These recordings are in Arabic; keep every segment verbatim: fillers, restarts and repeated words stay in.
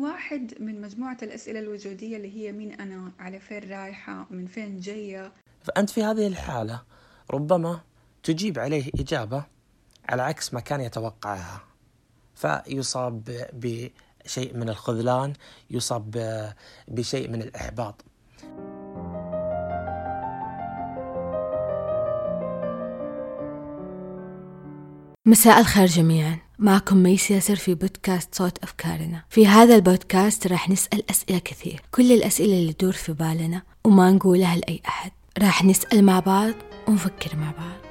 واحد من مجموعة الأسئلة الوجودية اللي هي مين أنا، على فين رايحة، من فين جاية. فأنت في هذه الحالة ربما تجيب عليه إجابة على عكس ما كان يتوقعها، فيصاب بشيء من الخذلان، يصاب بشيء من الإحباط. مساء الخير جميعا، معكم ميس ياسر في بودكاست صوت أفكارنا. في هذا البودكاست راح نسأل أسئلة كثير، كل الأسئلة اللي تدور في بالنا وما نقولها لأي أحد. راح نسأل مع بعض ونفكر مع بعض.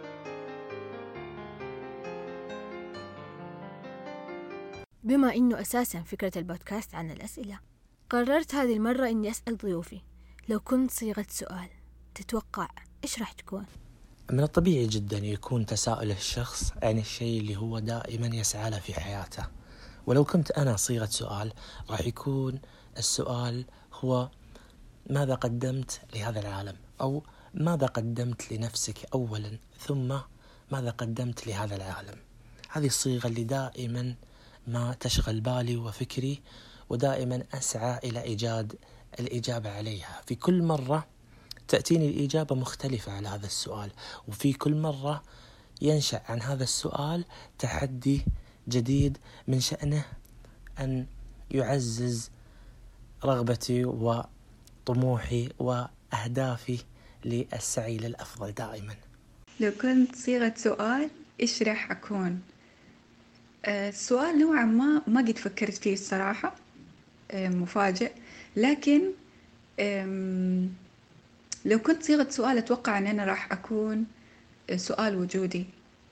بما إنه أساسا فكرة البودكاست عن الأسئلة، قررت هذه المرة إني أسأل ضيوفي لو كنت صيغة سؤال تتوقع إيش راح تكون؟ من الطبيعي جدا يكون تساؤل الشخص عن الشيء اللي هو دائما يسعى له في حياته، ولو كنت أنا صيغة سؤال راح يكون السؤال هو ماذا قدمت لهذا العالم، أو ماذا قدمت لنفسك أولا، ثم ماذا قدمت لهذا العالم. هذه الصيغة اللي دائما ما تشغل بالي وفكري، ودائما أسعى إلى إيجاد الإجابة عليها. في كل مرة تأتيني الإجابة مختلفة على هذا السؤال، وفي كل مرة ينشأ عن هذا السؤال تحدي جديد من شأنه أن يعزز رغبتي وطموحي وأهدافي للسعي للأفضل دائما. لو كنت صيغة سؤال إيش راح أكون؟ آه، السؤال نوعا ما ما قد فكرت فيه الصراحة، آه، مفاجئ. لكن آم، لو كنت صيغة سؤال أتوقع أن أنا راح أكون سؤال وجودي،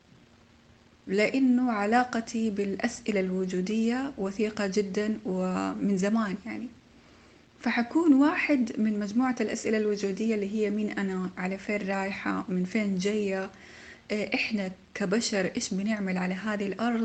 لأنه علاقتي بالأسئلة الوجودية وثيقة جدا ومن زمان يعني. فحكون واحد من مجموعة الأسئلة الوجودية اللي هي مين أنا، على فين رايحة، من فين جاية، إحنا كبشر إيش بنعمل على هذه الأرض،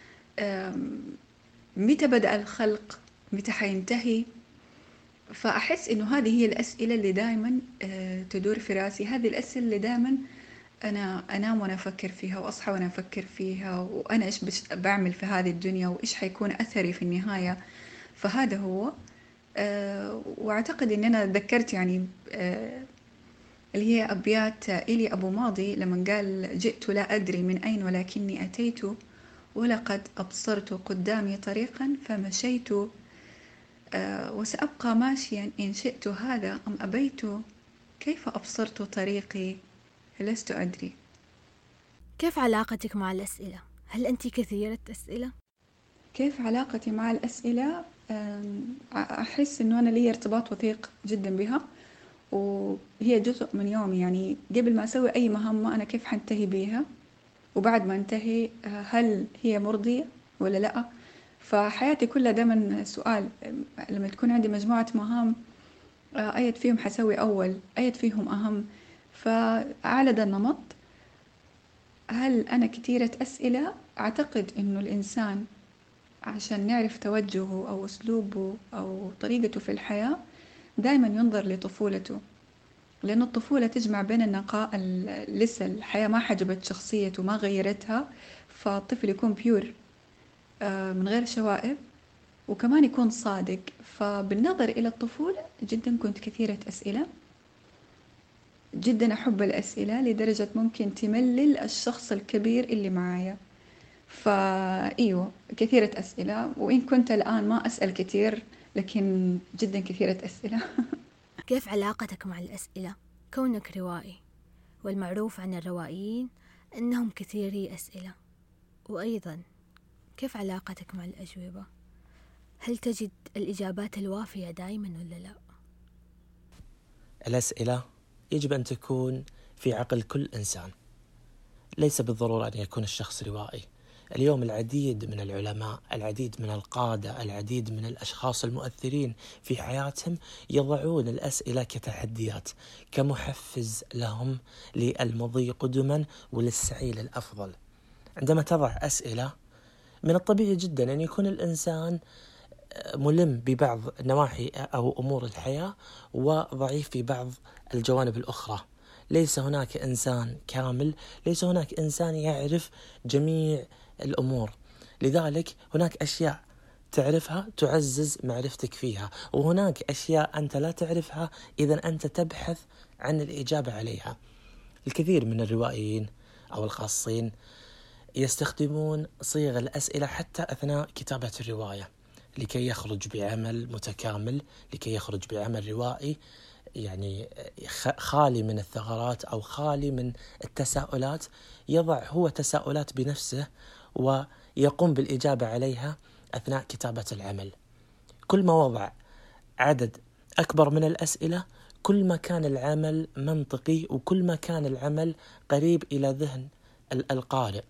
متى بدأ الخلق، متى حينتهي. فأحس إنه هذه هي الأسئلة اللي دائما تدور في راسي، هذه الأسئلة اللي دائما أنا أنام وأنا أفكر فيها وأصحى وأنا أفكر فيها، وأنا إيش بعمل في هذه الدنيا وإيش حيكون أثري في النهاية. فهذا هو. أه وأعتقد إن أنا ذكرت يعني أه اللي هي أبيات إيلي أبو ماضي لما قال جئت لا أدري من أين ولكني أتيت، ولقد أبصرت قدامي طريقا فمشيت، أه وسأبقى ماشيا إن شئت هذا أم أبيت، كيف أبصرت طريقي لست أدري. كيف علاقتك مع الأسئلة؟ هل أنت كثيرة أسئلة؟ كيف علاقتي مع الأسئلة؟ أحس أنه أنا لي ارتباط وثيق جدا بها، وهي جزء من يومي. يعني قبل ما أسوي أي مهمة أنا كيف حنتهي بيها، وبعد ما انتهي هل هي مرضية ولا لأ. فحياتي كلها دائما سؤال، لما تكون عندي مجموعة مهام أيد فيهم حسوي أول، أيد فيهم أهم. فعلى ذا النمط، هل أنا كثيرة أسئلة؟ أعتقد أنه الإنسان عشان نعرف توجهه أو أسلوبه أو طريقته في الحياة دائما ينظر لطفولته، لأن الطفولة تجمع بين النقاء، لسه الحياة ما حجبت شخصيته ما غيرتها، فالطفل يكون بيور من غير شوائب، وكمان يكون صادق. فبالنظر إلى الطفولة جدا كنت كثيرة أسئلة، جدا أحب الأسئلة لدرجة ممكن تملل الشخص الكبير اللي معايا. فأيوه كثيرة أسئلة، وإن كنت الآن ما أسأل كثير لكن جدا كثيرة أسئلة. كيف علاقتك مع الأسئلة؟ كونك روائي، والمعروف عن الروائيين أنهم كثيري أسئلة. وأيضا كيف علاقتك مع الأجوبة؟ هل تجد الإجابات الوافية دائما ولا لا؟ الأسئلة يجب أن تكون في عقل كل إنسان، ليس بالضرورة أن يكون الشخص روائي. اليوم العديد من العلماء، العديد من القادة، العديد من الأشخاص المؤثرين في حياتهم يضعون الأسئلة كتحديات، كمحفز لهم للمضي قدما وللسعي للأفضل. عندما تضع أسئلة من الطبيعي جدا أن يكون الإنسان ملم ببعض نواحي أو أمور الحياة وضعيف في بعض الجوانب الأخرى. ليس هناك إنسان كامل، ليس هناك إنسان يعرف جميع الأمور، لذلك هناك أشياء تعرفها تعزز معرفتك فيها، وهناك أشياء أنت لا تعرفها إذا أنت تبحث عن الإجابة عليها. الكثير من الروائيين أو الخاصين يستخدمون صيغ الأسئلة حتى أثناء كتابة الرواية لكي يخرج بعمل متكامل، لكي يخرج بعمل روائي يعني خالي من الثغرات أو خالي من التساؤلات. يضع هو تساؤلات بنفسه ويقوم بالإجابة عليها أثناء كتابة العمل. كل ما وضع عدد أكبر من الأسئلة كل ما كان العمل منطقي، وكل ما كان العمل قريب إلى ذهن القارئ.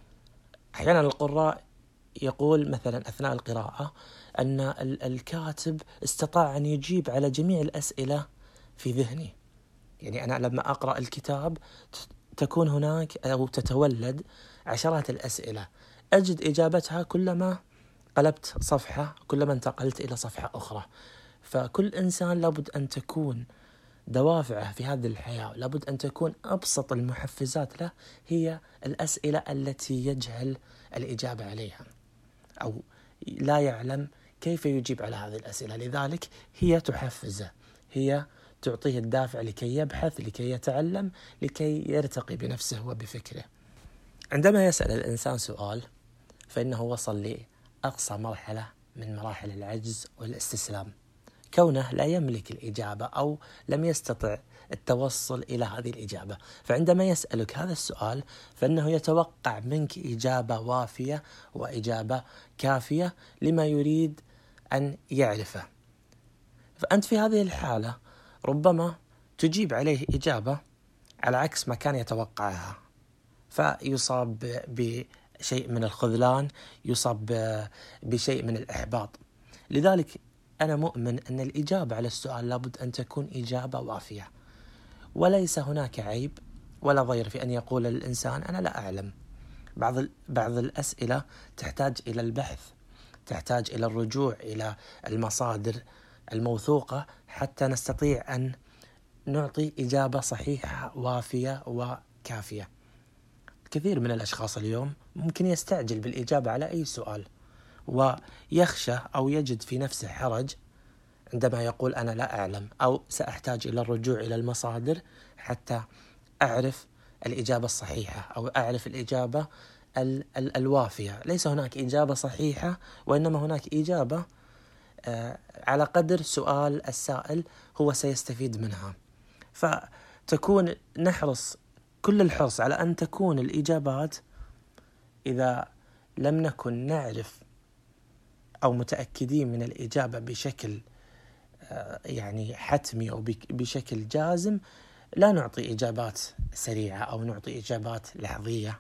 أحيانا القراء يقول مثلا أثناء القراءة أن الكاتب استطاع أن يجيب على جميع الأسئلة في ذهني. يعني أنا لما أقرأ الكتاب تكون هناك أو تتولد عشرات الأسئلة، أجد إجابتها كلما قلبت صفحة، كلما انتقلت إلى صفحة أخرى. فكل إنسان لابد أن تكون دوافعه في هذه الحياة، لابد أن تكون أبسط المحفزات له هي الأسئلة التي يجهل الإجابة عليها أو لا يعلم كيف يجيب على هذه الأسئلة. لذلك هي تحفزه، هي تعطيه الدافع لكي يبحث، لكي يتعلم، لكي يرتقي بنفسه وبفكره. عندما يسأل الإنسان سؤال فإنه وصل لأقصى مرحلة من مراحل العجز والاستسلام، كونه لا يملك الإجابة أو لم يستطع التوصل إلى هذه الإجابة. فعندما يسألك هذا السؤال فإنه يتوقع منك إجابة وافية وإجابة كافية لما يريد أن يعرفه. فأنت في هذه الحالة ربما تجيب عليه إجابة على عكس ما كان يتوقعها، فيصاب بشيء من الخذلان، يصاب بشيء من الإحباط. لذلك أنا مؤمن أن الإجابة على السؤال لابد أن تكون إجابة وافية، وليس هناك عيب ولا ضير في أن يقول الإنسان أنا لا أعلم. بعض بعض الأسئلة تحتاج إلى البحث، تحتاج إلى الرجوع إلى المصادر الموثوقة حتى نستطيع أن نعطي إجابة صحيحة وافية وكافية. كثير من الأشخاص اليوم ممكن يستعجل بالإجابة على أي سؤال، ويخشى أو يجد في نفسه حرج عندما يقول أنا لا أعلم أو سأحتاج إلى الرجوع إلى المصادر حتى أعرف الإجابة الصحيحة أو أعرف الإجابة ال- ال- الوافية. ليس هناك إجابة صحيحة، وإنما هناك إجابة آه على قدر سؤال السائل هو سيستفيد منها. فتكون نحرص كل الحرص على أن تكون الإجابات، إذا لم نكن نعرف أو متأكدين من الإجابة بشكل يعني حتمي أو بشكل جازم، لا نعطي إجابات سريعة أو نعطي إجابات لحظية.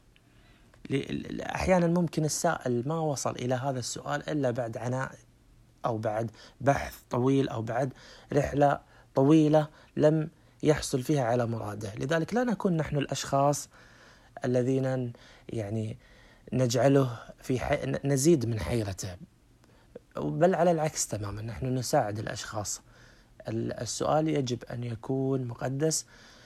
أحيانا ممكن السائل ما وصل إلى هذا السؤال إلا بعد عناء أو بعد بحث طويل أو بعد رحلة طويلة لم يحصل فيها على مراده. لذلك لا نكون نحن الأشخاص الذين يعني نجعله في حي... نزيد من حيرته، بل على العكس تماما، نحن نساعد الأشخاص. السؤال يجب أن يكون مقدس،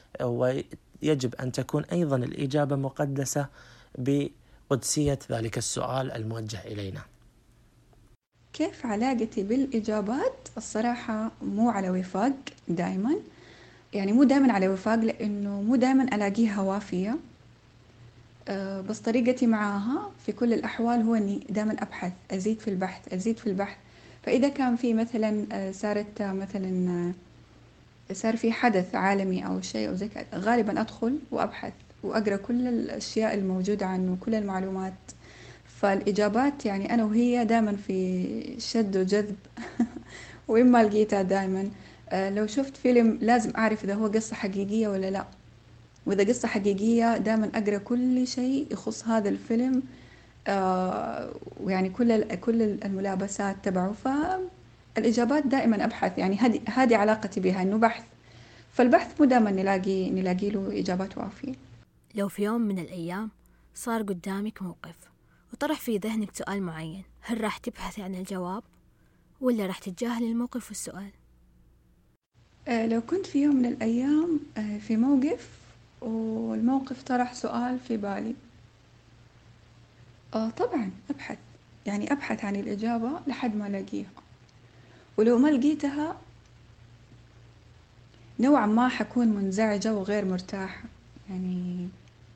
ويجب أن تكون أيضا الإجابة مقدسة بقدسية ذلك السؤال الموجه إلينا. كيف علاقتي بالإجابات؟ الصراحة مو على وفاق دائما، يعني مو دائما على وفاق، لأنه مو دائما ألاقيها وافية. أه بس طريقتي معاها في كل الأحوال هو أني دائما أبحث، أزيد في البحث أزيد في البحث. فإذا كان في مثلا أه صارت مثلا أه صار في حدث عالمي أو شيء أو زي كده، غالبا أدخل وأبحث وأقرأ كل الأشياء الموجودة عنه، كل المعلومات. فالإجابات يعني أنا وهي دائما في شد وجذب وإما لقيتها دائما. أه لو شفت فيلم لازم أعرف إذا هو قصة حقيقية ولا لا، وإذا قصة حقيقية دائما أقرأ كل شيء يخص هذا الفيلم، آه ويعني كل كل الملابسات تبعه. فالإجابات دائما أبحث، يعني هذه هذه علاقتي بها، إنه بحث. فالبحث مو دائما نلاقي نلاقي له إجابات وافية. لو في يوم من الأيام صار قدامك موقف وطرح في ذهنك سؤال معين، هل راح تبحثي عن الجواب ولا راح تتجاهلي الموقف والسؤال؟ آه لو كنت في يوم من الأيام آه في موقف والموقف طرح سؤال في بالي، آه طبعا أبحث. يعني أبحث عن الإجابة لحد ما ألاقيها، ولو ما لقيتها نوعا ما حكون منزعجة وغير مرتاحة. يعني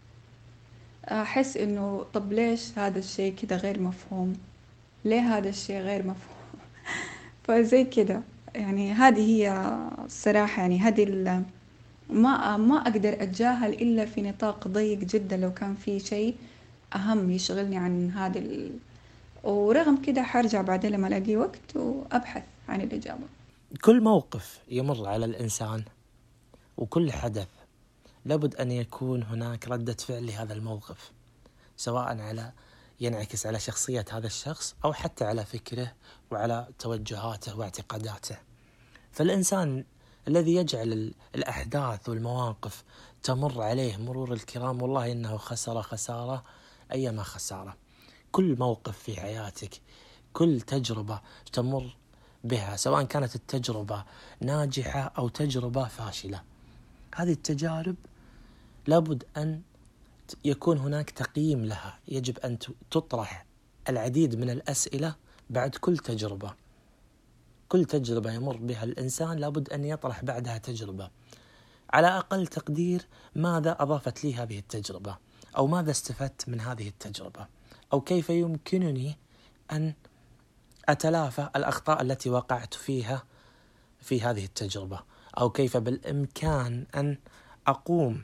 أحس إنه طب ليش هذا الشيء كده غير مفهوم، ليه هذا الشيء غير مفهوم فزي كده. يعني هذه هي الصراحة، يعني هذه ال- ما ما أقدر أتجاهل إلا في نطاق ضيق جدا لو كان في شيء أهم يشغلني عن هذا ال... ورغم كده حرجع بعدين لما ألاقي وقت وأبحث عن الإجابة. كل موقف يمر على الإنسان وكل حدث لابد أن يكون هناك ردة فعل لهذا الموقف، سواء على ينعكس على شخصية هذا الشخص أو حتى على فكره وعلى توجهاته واعتقاداته. فالإنسان الذي يجعل الأحداث والمواقف تمر عليه مرور الكرام والله إنه خسر خسارة أيما خسارة. كل موقف في حياتك، كل تجربة تمر بها، سواء كانت التجربة ناجحة أو تجربة فاشلة، هذه التجارب لابد أن يكون هناك تقييم لها. يجب أن تطرح العديد من الأسئلة بعد كل تجربة. كل تجربة يمر بها الإنسان لابد أن يطرح بعدها تجربة، على أقل تقدير ماذا أضافت لي هذه التجربة، أو ماذا استفدت من هذه التجربة، أو كيف يمكنني أن أتلافى الأخطاء التي وقعت فيها في هذه التجربة، أو كيف بالإمكان أن أقوم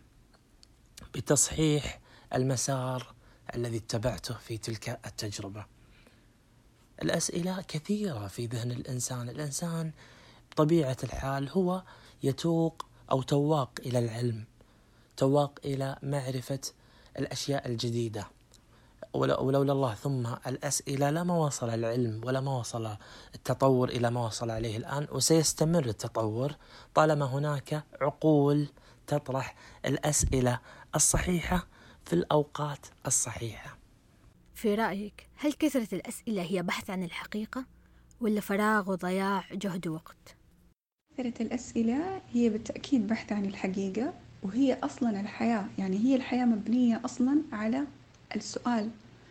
بتصحيح المسار الذي اتبعته في تلك التجربة. الأسئلة كثيرة في ذهن الإنسان. الإنسان بطبيعة الحال هو يتوق أو تواق إلى العلم، تواق إلى معرفة الأشياء الجديدة، ولولا الله ثم الأسئلة لما وصل العلم ولا ما وصل التطور إلى ما وصل عليه الآن، وسيستمر التطور طالما هناك عقول تطرح الأسئلة الصحيحة في الأوقات الصحيحة. في رأيك هل كثرة الأسئلة هي بحث عن الحقيقة ولا فراغ وضياع جهد ووقت؟ كثرة الأسئلة هي بالتأكيد بحث عن الحقيقة، وهي أصلا الحياة. يعني هي الحياة مبنية أصلا على السؤال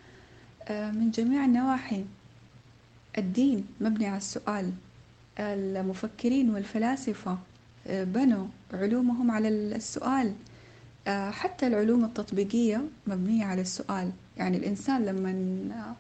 من جميع النواحي. الدين مبني على السؤال، المفكرين والفلاسفة بنوا علومهم على السؤال، حتى العلوم التطبيقية مبنية على السؤال. يعني الإنسان لما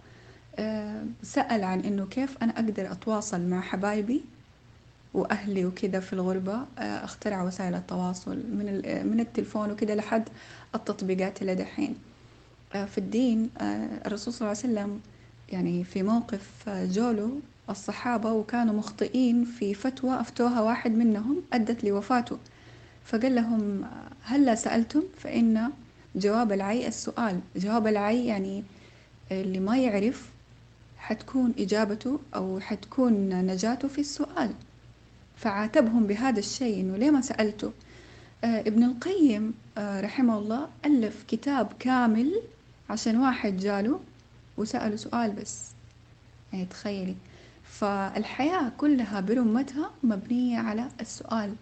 سأل عن إنه كيف أنا أقدر أتواصل مع حبايبي وأهلي وكده في الغربة، اخترع وسائل التواصل من من التلفون وكده لحد التطبيقات اللي دحين. في الدين الرسول صلى الله عليه وسلم يعني في موقف جوله الصحابة وكانوا مخطئين في فتوى أفتوها واحد منهم أدت لوفاته، فقال لهم هلا سألتم؟ فإن جواب العي السؤال. جواب العي يعني اللي ما يعرف حتكون إجابته أو حتكون نجاته في السؤال. فعاتبهم بهذا الشيء إنه ليه ما سألته. آه ابن القيم آه رحمه الله ألف كتاب كامل عشان واحد جاله وسأله سؤال بس. يعني تخيلي، فالحياة كلها برمتها مبنية على السؤال.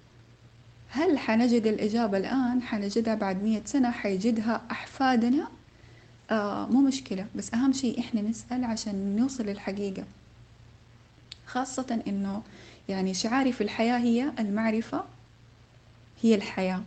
هل حنجد الإجابة الآن؟ حنجدها بعد مية سنة، حيجدها أحفادنا، آه مو مشكلة، بس أهم شيء إحنا نسأل عشان نوصل للحقيقة. خاصة إنه يعني شعاري في الحياة هي المعرفة هي الحياة،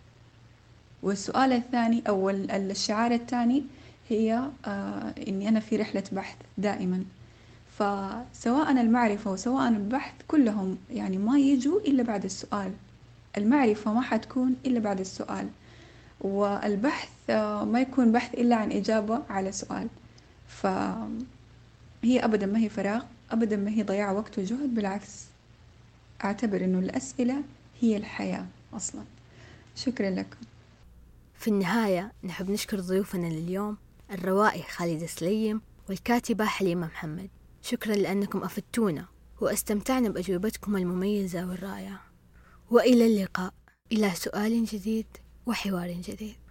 والسؤال الثاني أو الشعار الثاني هي آه إني أنا في رحلة بحث دائما. فسواء المعرفة وسواء البحث كلهم يعني ما يجوا إلا بعد السؤال. المعرفة ما حتكون إلا بعد السؤال، والبحث آه ما يكون بحث إلا عن إجابة على سؤال. فهي أبدا ما هي فراغ، أبدا ما هي ضياع وقت وجهد، بالعكس أعتبر أنه الأسئلة هي الحياة أصلا. شكرا لكم. في النهاية نحب نشكر ضيوفنا لليوم الروائي خالد سليم والكاتبة حليمة محمد. شكرا لأنكم أفدتونا واستمتعنا بأجوبتكم المميزة والرائعة، وإلى اللقاء إلى سؤال جديد وحوار جديد.